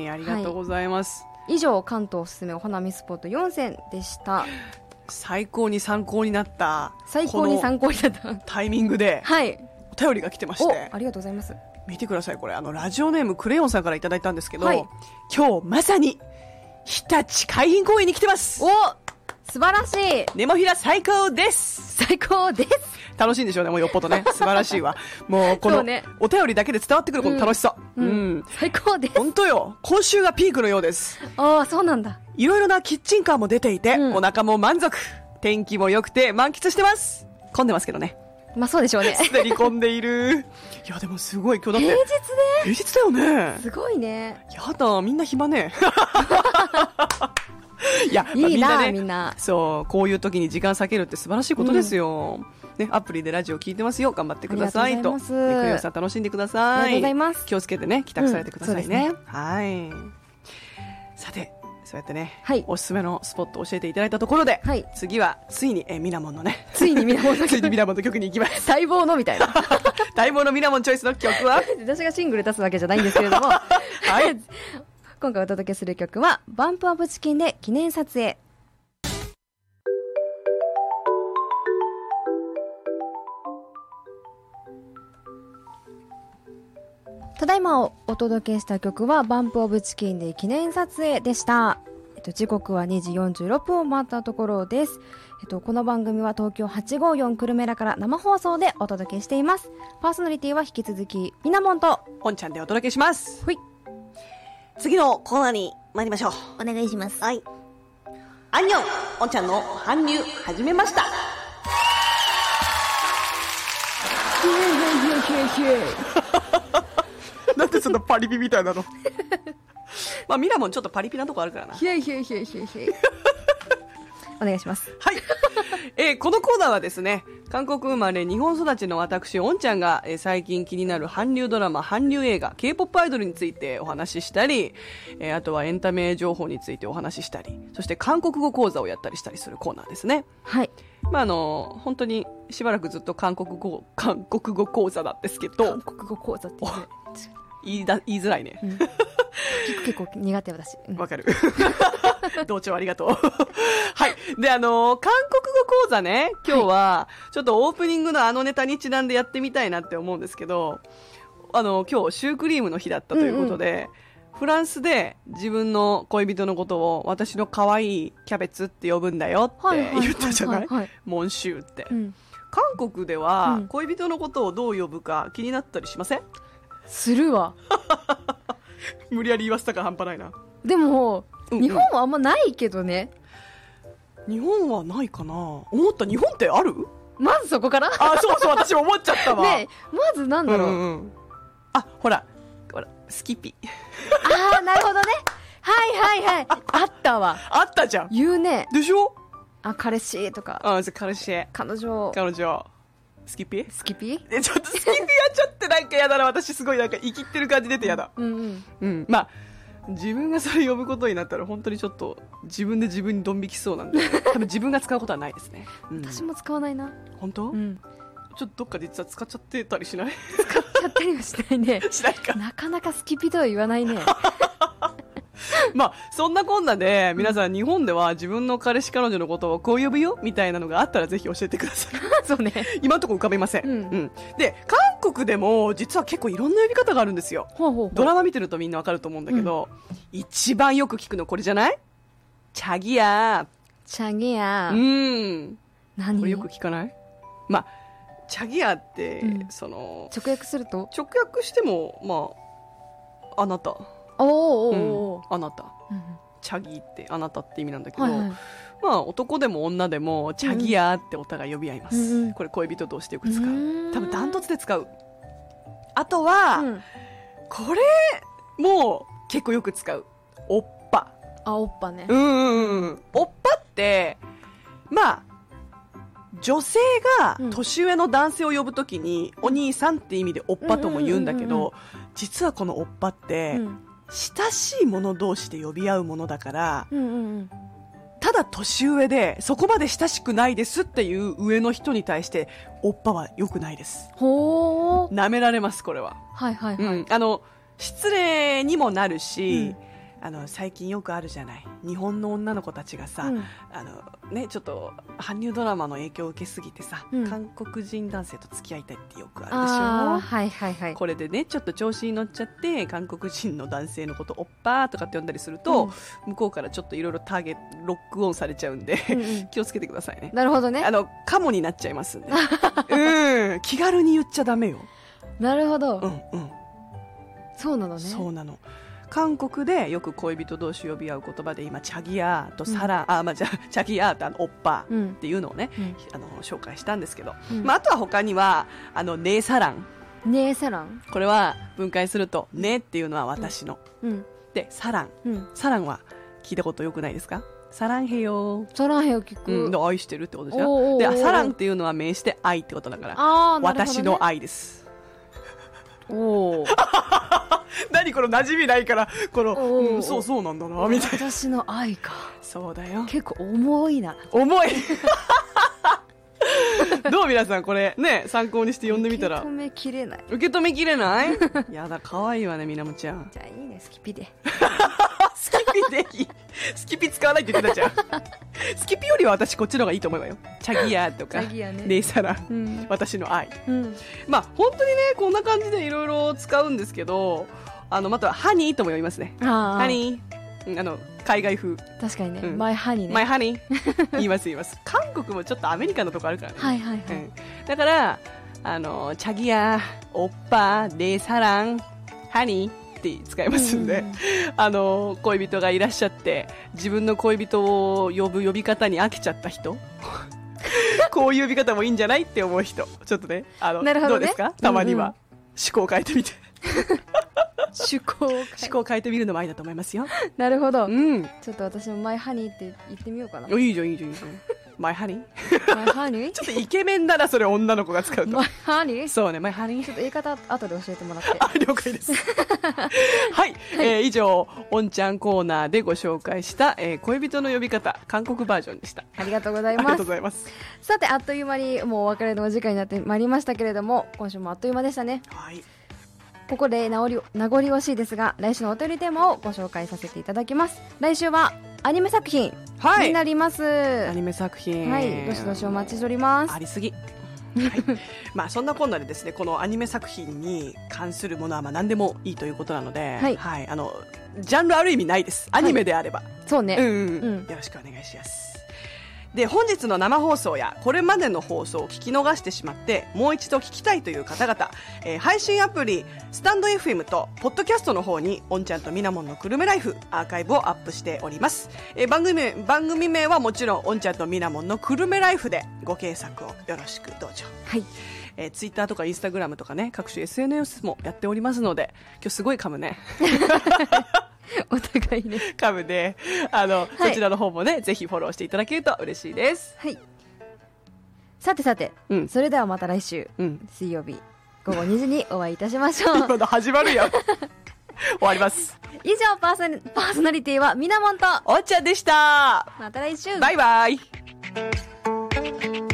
ありがとうございます。 はい、以上、関東おすすめお花見スポットよんせんでした。 最高に参考になった。 最高に参考になったタイミングで、はい、お便りが来てまして、 ありがとうございます。 見てください、これあのラジオネームクレヨンさんからいただいたんですけど、はい、今日まさに日立海浜公園に来てます。 お、素晴らしい。 ネモフィラ最高です。 最高です。 楽しいんでしょうね、もうよっぽどね。素晴らしいわ。もうこのお便りだけで伝わってくるこの楽しさ、 うんうん、最高です。 本当よ、今週がピークのようです。 ああ、そうなんだ。いろいろなキッチンカーも出ていて、うん、お腹も満足、天気も良くて満喫してます。混んでますけどね。 まあそうでしょうね。 すでに混んでいる。いやでもすごい、今日だって平日ね。 平日だよね。 すごいね。 やだ、みんな暇ね。いや、 いいな、 まあ、みんなね、 みんな。 そう、こういう時に時間割けるって素晴らしいことですよ。うんね、アプリでラジオ聞いてますよ、頑張ってくださいと。クレヨンさん楽しんでください。 ありがとうございます。 気をつけてね、帰宅されてくださいね。うん、ね、はい。さて、そうやってね、はい、おすすめのスポットを教えていただいたところで、はい、次はついにえミナモンのね、 ついにミナモンのついにミナモンの曲に行きます。 待望のみたいな。 待望のミナモンチョイスの曲は私がシングル出すわけじゃないんですけれども、はい、今回お届けする曲はバンプオブチキンで記念撮影。 ただいまお届けした曲はバンプオブチキンで記念撮影でした。えっと、時刻はにじよんじゅうろっぷんを回ったところです。えっと、この番組は東京はちごーよん久留米らから生放送でお届けしています。パーソナリティは引き続きみなもんとおんちゃんでお届けします。 ほい。 次のコーナーに参りましょう。 お願いします。 はい。アンニョン、おんちゃんの搬入始めました。なんでそんなパリピみたいなのまあミラモンちょっとパリピなとこあるからな。 ひえひえひえひえひえお願いします。 はい、えー、このコーナーはですね、韓国生まれ日本育ちの私おんちゃんが、えー、最近気になる韓流ドラマ、韓流映画、 K-ポップ アイドルについてお話ししたり、えー、あとはエンタメ情報についてお話ししたり、そして韓国語講座をやったりしたりするコーナーですね。 はい。 まああの本当にしばらくずっと韓国語韓国語講座なんですけど、 韓国語講座って言う言いだ言いづらいね、うん、 結構苦手私。 わ、うん、かる同調ありがとうはいであの韓国語講座ね、今日はちょっとオープニングのあのネタにちなんでやってみたいなって思うんですけど、あの今日シュークリームの日だったということで、うんうん、フランスで自分の恋人のことを私の可愛いキャベツって呼ぶんだよって言ったじゃない、モンシューって、うん、韓国では恋人のことをどう呼ぶか気になったりしません？ するわ無理やり言わせたから半端ないな。 でも、うんうん、日本はあんまないけどね。 日本はないかな。思った。日本ってある？ まずそこからあ、そうそう、私も思っちゃったわね。まずなんだろう、うんうん、 あ、ほらほらスキピあー、なるほどね。はいはいはい、あったわ。 あったじゃん。 言うね。 でしょ。 あ、彼氏とか。 あ、彼氏、 彼女、 彼女スキピスキピえ、ちょっとスキピはちょっとなんかやだな。私すごいなんか生きってる感じ出てやだ。 うんうん、 うん、まあ自分がそれ呼ぶことになったら本当にちょっと自分で自分にドン引きそうなんで多分自分が使うことはないですね、 うん、私も使わないな。 本当、うん、ちょっとどっかで実は使っちゃってたりしない？ 使っちゃったりはしないねしないか。 なかなかスキピとは言わないねまあそんなこんなで皆さん、日本では自分の彼氏彼女のことをこう呼ぶよみたいなのがあったらぜひ教えてくださいそうね、 今のところ浮かべません、うんうん、で韓国でも実は結構いろんな呼び方があるんですよ。 ほうほうほう。 ドラマ見てるとみんなわかると思うんだけど、うん、一番よく聞くのこれじゃない？チャギヤー。 チャギヤー。 うん。 何？ これよく聞かない？まあチャギヤーって、うん、その直訳すると？ 直訳してもまああなた。 おーおーおー、うん、あなた、うん、チャギってあなたって意味なんだけど、 はいはい、 まあ男でも女でもチャギヤーってお互い呼び合います、うん、これ恋人同士でよく使う。多分ダントツで使う。あとは、うん、これもう結構よく使う、おっぱ。 あ、おっぱね。 うんうんうん。おっぱってまあ女性が年上の男性を呼ぶときに、うん、お兄さんって意味でおっぱとも言うんだけど、実はこのおっぱって、うん、親しい者同士で呼び合うものだから、うんうんうん、ただ年上でそこまで親しくないですっていう上の人に対しておっぱは良くないです。 ほー、 舐められます、これは。 はいはいはい、うん、 あの失礼にもなるし、うん、あの最近よくあるじゃない、日本の女の子たちがさ、うん、あのね、ちょっと韓流ドラマの影響を受けすぎてさ、うん、韓国人男性と付き合いたいってよくあるでしょ。 あ、はいはいはい、 これでねちょっと調子に乗っちゃって韓国人の男性のことおっぱーとかって呼んだりすると、うん、向こうからちょっといろいろターゲットロックオンされちゃうんで、うんうん、気をつけてくださいね。 なるほどね。 あのカモになっちゃいますんでうん、気軽に言っちゃダメよ。 なるほど、 うんうん、そうなのね。そうなの。韓国でよく恋人同士呼び合う言葉で今チャギヤーとサラン、うん、あ、まあ、じゃチャギヤーとあのおっぱっていうのをね、うん、あの紹介したんですけど、うん、まあ、あとは他にはあのネーサラン。 ネーサラン、 これは分解するとネーっていうのは私の、うん、でサラン、うん、サランは聞いたことよくないですか？サランヘヨ、 サランヘヨ聞く、 うん、で愛してるってことでしょ。でサランっていうのは名詞で愛ってことだから、 あ、ね、 私の愛です。 おー何この馴染みないからこの、うん、そうそうなんだなみたいな。 私の愛か。 そうだよ。 結構重いな。 重いどう皆さんこれね参考にして読んでみたら。 受け止めきれない。 受け止めきれないやだ、可愛いわねみなもちゃん。 じゃあいいね、スキピでスキピでいい。スキピ使わないって言ってたじゃん。スキピよりは私こっちの方がいいと思うわよ。チャギヤとか、 チャギヤねレイサラ、 うん、 私の愛。 うん、 まあ本当にね、こんな感じでいろいろ使うんですけど、あの、またはハニーとも読みますね。ハニー。あの、海外風。 確かにね。 うん、 マイハニーね。 マイハニー。言います言います。韓国もちょっとアメリカのとこあるからね。 はいはいはい。 うん、だから、あの、チャギヤ、オッパ、レイサラン、ハニー。使いますんで、うん、あの恋人がいらっしゃって自分の恋人を呼ぶ呼び方に飽きちゃった人こういう呼び方もいいんじゃないって思う人ちょっとねあの、ね、どうですかたまには、うんうん、思考を変えてみて趣向を思考を変えてみるのもありだと思いますよ。 なるほど、 うん、 ちょっと私もマイハニーって言ってみようかな。 いいじゃんいいじゃんいいじゃんマイハニーマイハニーちょっとイケメンだなそれ女の子が使うと。 マイハニーそうねマイハニーちょっと言い方後で教えてもらってあ了解ですはい、はいえー、以上おんちゃんコーナーでご紹介した、えー、恋人の呼び方韓国バージョンでした。 ありがとうございます。 ありがとうございます。 さてあっという間にもうお別れのお時間になってまいりましたけれども今週もあっという間でしたね。 はいここで名残名残惜しいですが来週のお便りテーマをご紹介させていただきます。来週はアニメ作品になります、はい、 アニメ作品はいどしどしお待ちしております。 ありすぎはいまあ、そんなこんなでですねこのアニメ作品に関するものはまあ何でもいいということなので、 はいはい、あのジャンルある意味ないですアニメであれば、はい、 そうね、 うんうんうん、よろしくお願いします。で本日の生放送やこれまでの放送を聞き逃してしまってもう一度聞きたいという方々、えー、配信アプリスタンド エフエム とポッドキャストの方におんちゃんとみなもんのくるめライフアーカイブをアップしております、えー、番組番組名はもちろんおんちゃんとみなもんのくるめライフでご検索をよろしくどうぞ。 はいえー、ツイッターとかインスタグラムとかね各種 エスエヌエス もやっておりますので今日すごい噛むねお互いね噛むであの、はい、そちらの方もねぜひフォローしていただけると嬉しいです。 はいさてさて、うん、それではまた来週、うん、水曜日ごごにじにお会いいたしましょう今の始まるやん終わります。 以上パーソナ、パーソナリティはみなもんとおっちゃんでした。 また来週バイバイ。